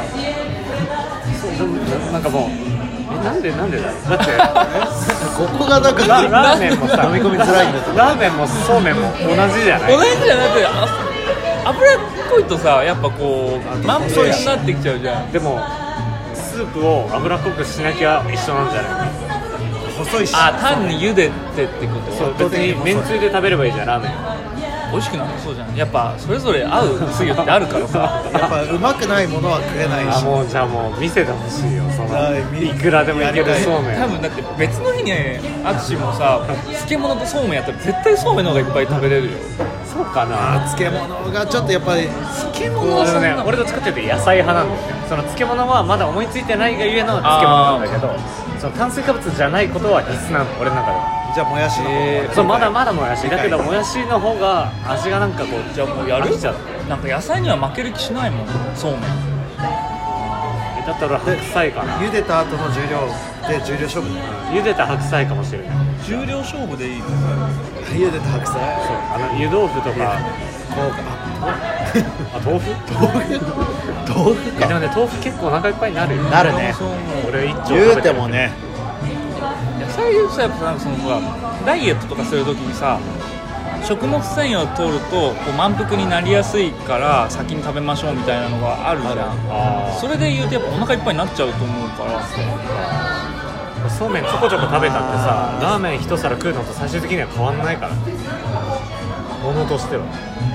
そうなんかもうえなんでなんでだろう。だってここがなんかララーメンもさ飲み込みづらいんだと。 ラーメンもそうめんも同じじゃない。 同じじゃなくてあ油っこいとさやっぱこう満腹になってきちゃうじゃん。 でもスープを脂っこくしなきゃ一緒なんじゃない。 細いし。 あ単に茹でてってこと。 そう別にめんつゆで食べればいいじゃんラーメン。 美味しくなさそうじゃん。やっぱそれぞれ合うつゆってあるからさ。 やっぱうまくないものは食えないあし。 もうじゃあもう見せてほしいよそのはい見いくらでもいけるそうめん。 多分だって別の日に淳もさ漬物とそうめんやったら絶対そうめんの方がいっぱい食べれるよ。 そうかな。 漬物がちょっとやっぱり漬物はあのねそんな、 俺どっちかっていうと野菜派なんだよね。その漬物はまだ思いついてないがゆえの漬物なんだけど、その炭水化物じゃないことは必須なの俺の中では。 じゃあもやしの方がえーそうまだまだもやしだけどもやしの方が味がなんかこうじゃあもうやる飽きちゃって。 なんか野菜には負ける気しないもんそうめん。 だったら白菜かな。 茹でた後の重量で重量勝負。 茹でた白菜かもしれない。 重量勝負でいい。 茹でた白菜。 そうあの湯豆腐とかこうか。 あ豆腐豆腐か。 いやでもね豆腐結構お腹いっぱいになるよ。 なるね。 そう思う。 俺一丁食言うべてるてもね。 野菜でさやっぱなんかそのほらダイエットとかするときにさ食物繊維を取るとこう満腹になりやすいから先に食べましょうみたいなのがあるじゃん。 あそれで言うとやっぱお腹いっぱいになっちゃうと思うから。 ーそうめんちょこちょこ食べたってさラーメン一皿食うのと最終的には変わんないからものとしては。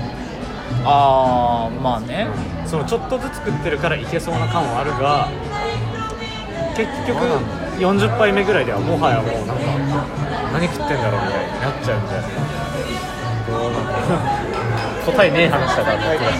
あーまあね。 そのちょっとずつ食ってるからいけそうな感はあるが結局よんじゅっぱいめぐらいではもはやもうなんか何食ってんだろうみたいになっちゃうんじゃないですか。どうなんだろう答えねえ話だから僕ら。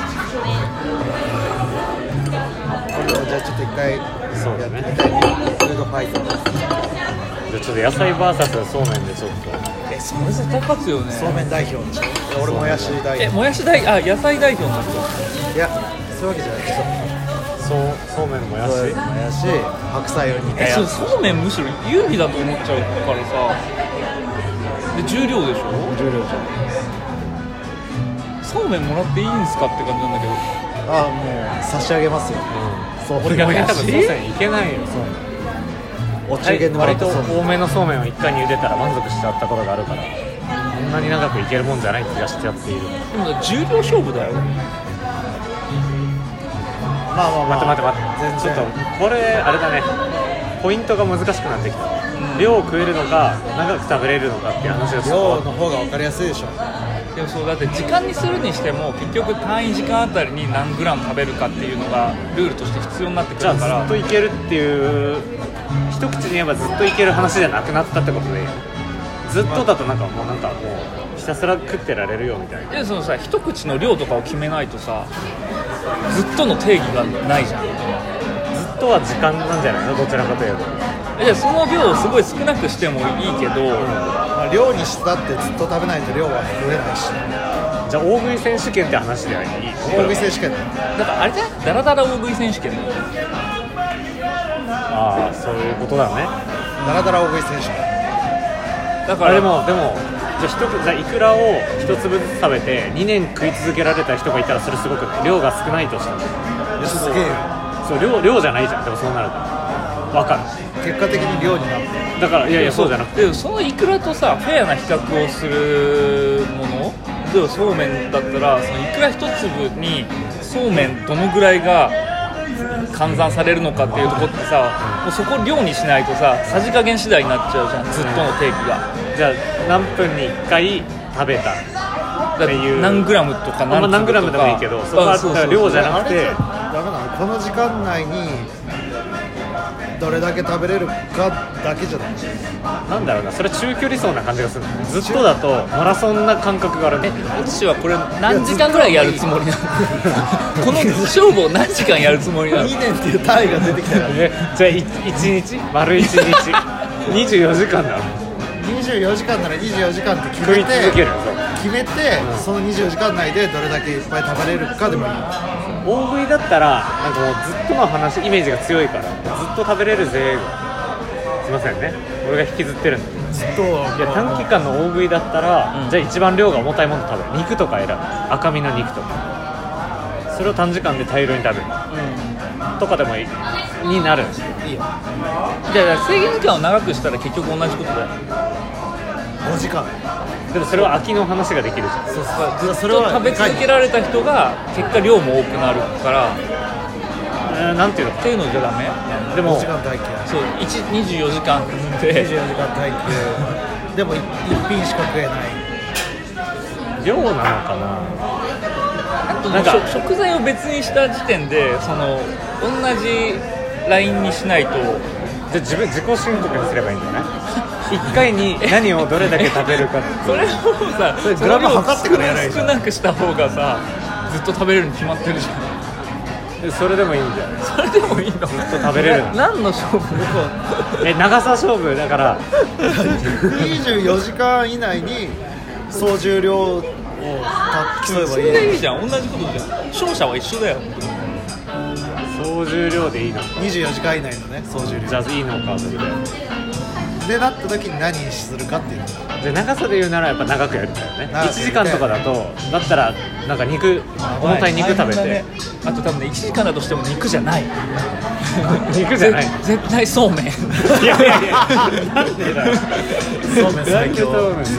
じゃあちょっと一回そうだね。 フードファイトです。 じゃあちょっと野菜 ブイエス そうめんでちょっとえそれ絶対勝つよね。 そうめん代表でしょ。俺もやし代表。 えもやし代あ野菜代表の人。 いやそういうわけじゃないけどそうそうめんもやしもやし白菜を煮たえそうやつ。 そうめんむしろ有利だと思っちゃうからさ。で重量でしょ。 重量じゃん。 そうめんもらっていいんすかって感じなんだけど。 ああもう差し上げますよ。そう俺逆に多分そうめんいけないよ。 お中元でもら割とったそうめん多めのそうめんを一回に茹でたら満足しちゃったことがあるからこんなに長くいけるもんじゃない気がしちゃっている。 でも重量勝負だよ。 まあまあまあ待って待って待ってちょっとこれあれだねポイントが難しくなってきた、うん、量を食えるのか長く食べれるのかっていう話がちょっと量の方が分かりやすいでしょ。 でもそうだって時間にするにしても結局単位時間あたりに何グラム食べるかっていうのがルールとして必要になってくじゃあるからずっといけるっていう一口に言えばずっといける話じゃなくなったってことでずっとだとなんかもうなんかもうひたすら食ってられるよみたいな。 でそのさ一口の量とかを決めないとさずっとの定義がないじゃん。 ずっとは時間なんじゃないのどちらかというと。 いやその量をすごい少なくしてもいいけど、 まあ、量にしたってずっと食べないと量は増えないし、 じゃあ大食い選手権って話ではいい。 大食い選手権だよ。 だからあれじゃないダラダラ大食い選手権だよ。 ああそういうことだね。 ダラダラ大食い選手権だからあでもでもじゃあ一つじゃあイクラを一粒ずつ食べてにねん食い続けられた人がいたらそれすごくない量が少ないとしてもすげえよ。 そう量量じゃないじゃん。でもそうなると分かる。 結果的に量になってだからいやいやそうじゃなくてでそのイクラとさフェアな比較をするもの例えばそうめんだったらそのイクラ一粒にそうめんどのぐらいが換算されるのかっていうところってさもうそこ量にしないとささじ加減次第になっちゃうじゃんずっとの定義が。 じゃあ何分にいっかい食べたっていう何グラムとか何何何グラムでもいいけどそこはだから量じゃなくてあれじゃダメなの。この時間内にどれだけ食べれるかだけじゃない。 なんだろうなそれ中距離走な感じがするの。ずっとだとマラソンな感覚がある。 え私はこれ何時間ぐらいやるつもりなのこの勝負を何時間やるつもりなのにねんっていう単位が出てきたからえじゃあいちにち丸いちにちにじゅうよじかんなの。 にじゅうよじかんならにじゅうよじかんって決食いめて続けるよ決めて、うん、そのにじゅうよじかん内でどれだけいっぱい食べれるかでもいい。 大食いだったらなんかもうずっとの話イメージが強いからずっと食べれるぜ。すいませんね俺が引きずってるんだけどずっといや短期間の大食いだったら、うん、じゃあ一番量が重たいもの食べる肉とか選ぶ赤身の肉とかそれを短時間で大量に食べる、うん、とかでもいいになるんですよ。 いいよじゃあ制限時間を長くしたら結局同じことだよ。 ごじかんでもそれは空きの話ができるじゃん。 そうそうずっと食べ続けられた人が結果量も多くなるからえー、なんていうのっていうのじゃダメ。 でもごじかん耐久そうにじゅうよじかんでにじゅうよじかん耐久でも一品しか食えない量なのかな。 なんか食材を別にした時点でその同じラインにしないと。 じゃあ自分自己申告にすればいいんじゃないいっかいに何をどれだけ食べるかってそれをさそれグラム測ってからやらないじゃん。 少なくした方がさずっと食べれるに決まってるじゃん。 それでもいいんじゃん。 それでもいいの。ずっと食べれるの。 何の勝負え長さ勝負だからにじゅうよじかん以内に総重量を競えばいい。 それでいいじゃん。同じことじゃん。勝者は一緒だよ。 総重量でいいのか。 にじゅうよじかん以内のね総重量じゃあいいのかそれででなった時に何にするかっていう。 で長さで言うならやっぱ長くやるんだよね。いちじかんとかだとだったらなんか肉重たい肉食べて、ね、 あと多分ねいちじかんだとしても肉じゃない肉じゃない絶対そうめん。いやいやいやなんでだよそうめん最強。 そうめん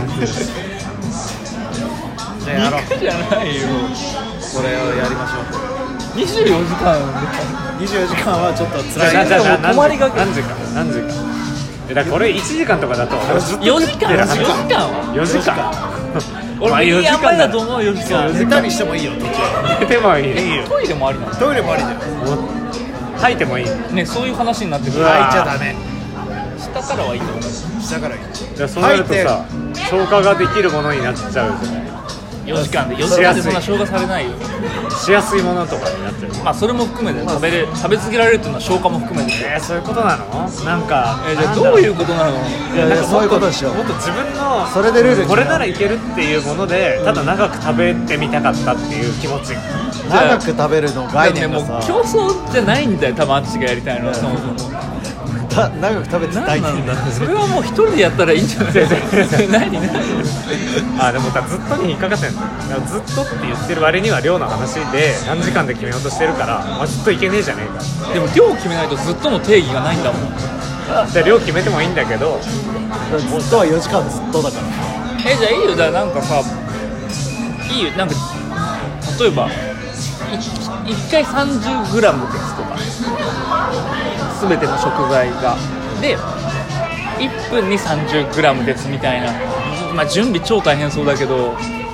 じゃあやろう。 肉じゃないよ。 これをやりましょう。 にじゅうよじかんにじゅうよじかんはちょっと辛い。 じゃあじゃあじゃあ泊まりがけ何時間何時間だからこれいちじかんとかだとよじかんよじかんはよじかん俺いい塩梅だと思う。よじかん寝たりしてもいいよ途中。 寝てもいい。 いいよ。 トイレもありなの。 トイレもありだよ。 吐いてもいいね。そういう話になってくる。 吐いちゃダメ。 下からはいいと思う。 下からいい。 じゃあそうなるとさ、消化ができるものになっちゃうじゃない。 よじかんでよじかんでそんな消化されないよ。 しやすいものとかになっちゃう。 まあそれも含めて食べれ食べ続けられるっていうのは消化も含めて。 えー、そういうことなの？なんか、 えー、じゃあどういうことなの？ いやいや、そういうことでしょ。 もっと自分のそれでルールこれならいけるっていうもので、ただ長く食べてみたかったっていう気持ち。 長く食べるの概念がさ、 もう競争じゃないんだよ。多分あっちがやりたいのはそもそも。 た長く食べてたいってなんだそれはもう一人でやったらいいんじゃない？何何あ、でもさずっとに引っかかってんの。だからずっとって言ってる割には量の話で何時間で決めようとしてるから、まあ、ずっといけねえじゃねえか。 でも量決めないとずっとの定義がないんだもん。 で量決めてもいいんだけど、 ずっとはよじかんでずっとだから。 えじゃあいいよ。だからなんかさいいよ。なんか例えばいいっかい さんじゅうグラム ですとか全ての食材がでいっぷんに さんじゅうグラム ですみたいな。まあ準備超大変そうだけど、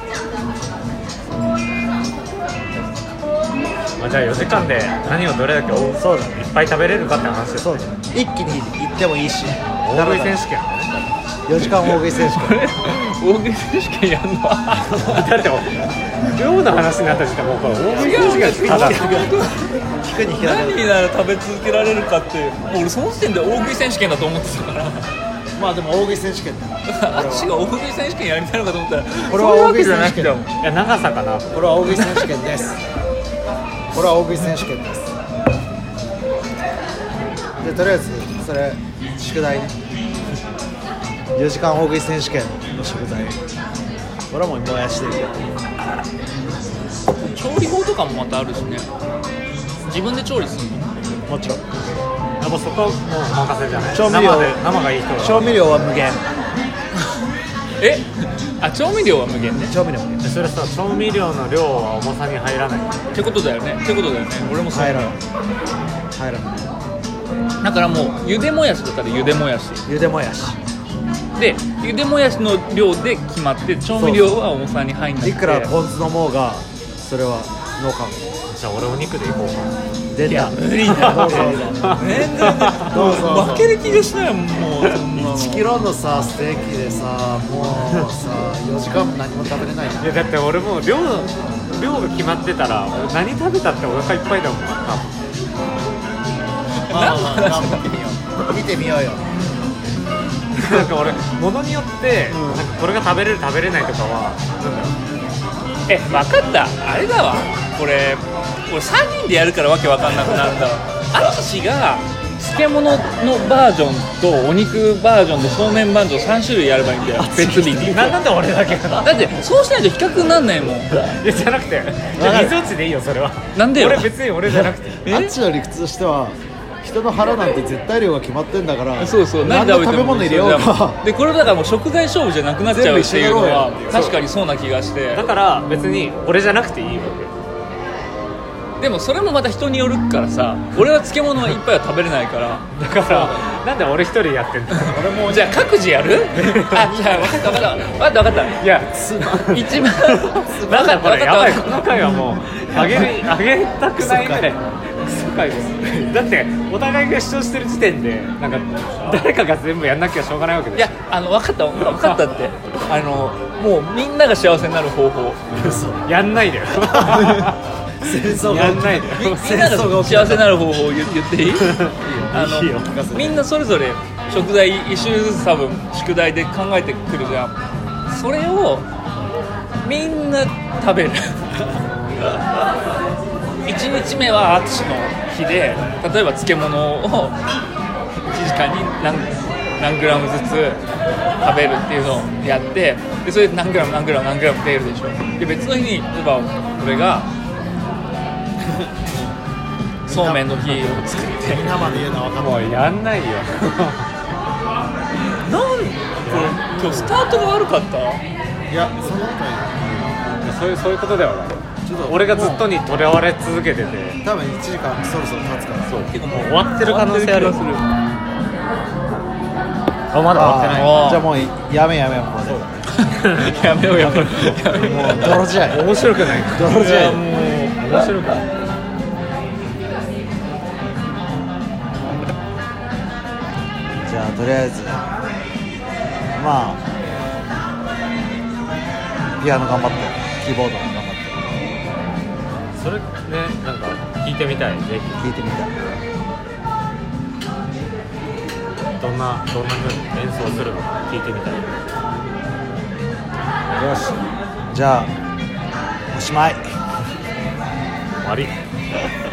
まあ、じゃあよじかんで何をどれだけ多くそうだいっぱい食べれるかって話です。 そうだね。一気にいってもいいし、 大食い選手権だね。 よじかん大食い選手権。 大食い選手権やるのはだってもう量の話になった時点でもうこれ大食い選手権ただ聞くに聞かない。 何なら食べ続けられるかって、もう俺その時点で大食い選手権だと思ってたからまあでも大食い選手権だよ。 あっちが大食い選手権やりたいのかと思ったら、 これは大食い選手権だもん。 いや長さかな。 これは大食い選手権です。これは大食い選手権です。でとりあえずそれ宿題ね。よじかん大食い選手権の宿題。これはもう燃やしてるけど。 調理法とかもまたあるしね。自分で調理するの？ もちろん。 やっぱそこはもうお任せじゃない。 調味料生で生がいい人は調味料は無限。 えあ調味料は無限ね。 調味料無限。 それさ調味料の量は重さに入らない。 ってことだよね。ってことだよね。俺もそう入らない。入らない。 だからもう茹でもやしだったら茹でもやしゆでもやし。 で茹でもやしの量で決まって調味料は重さに入んなくて、 いくらポン酢のもうがそれはノーカウンじゃあ俺お肉でいこうか。 ト。出た。 無理だどうぞ全然どうぞ負ける気がしないもん。もうそんなのいちキロのさステーキでさもうさよじかんも何も食べれないんだいやだって俺もう量量が決まってたら俺何食べたってお腹いっぱいだもん。多分まあまあ頑張ってみよう。見てみようよ。 なんか俺物によって、うん、なんかこれが食べれる食べれないとかはなんだろう。 え分かったあれだわ。これ俺さんにんでやるからわけわかんなくなるんだわ。あきしが漬物のバージョンとお肉バージョンとそうめんバージョンさん種類やればいいんだよ。別日にななんで俺だけなの。 だってそうしないと比較になんないもん。 いやじゃなくてじゃあ水落ちでいいよそれは。 なんでよ。 俺別に俺じゃなくてあっちの理屈としては人の腹なんて絶対量が決まってんだからそうそう何の食べ物入れようかでこれだからもう食材勝負じゃなくなっちゃうっていうのは確かにそうな気がして。 だから別に俺じゃなくていいわけ。 でもそれもまた人によるからさ。俺は漬物はいっぱいは食べれないからだからなんで俺一人やってんの。 俺もじゃあ各自やるあじゃあ分かった分かった分かった分かった。 いや一番なんだこれやばい。この回はもうあげるあげたくないぐらいクソ回です。だってお互いが主張してる時点でなんか誰かが全部やんなきゃしょうがないわけです。 いやあの分かった分かったってあのもうみんなが幸せになる方法やんないでよ戦争がやんないでよ。 みんなが幸せになる方法を言言っていいあのいいよみんなそれぞれ食材一種類ずつ多分宿題で考えてくるじゃん。それをみんな食べるいちにちめは淳の日で例えば漬物をいちじかんに 何, 何グラムずつ食べるっていうのをやってでそれで何グラム何グラム何グラム出るでしょ。で別の日に例えば俺がそうめんの日を作ってみんなまで言うのは分かんない。 もうやんないよなんこれ今日スタートが悪かった。 いやそんなことない。 そういうそういうことではない。 ちょっと俺がずっとにとらわれ続けてて多分いちじかんそろそろ経つからそう結構もう終わってる可能性ある。 終わってる気があまだ終わってない。 あじゃあもうやめやめここでやめようやめようもう泥試合面白くない。 泥試合もう面白くない。 じゃあとりあえずまあピアノ頑張ってキーボードも頑張ってそれね、なんか聞いてみたい。ぜひ聴いてみたい。 どんなどんな風に演奏するのか聞いてみたい。 よし、じゃあおしまい。 終わり。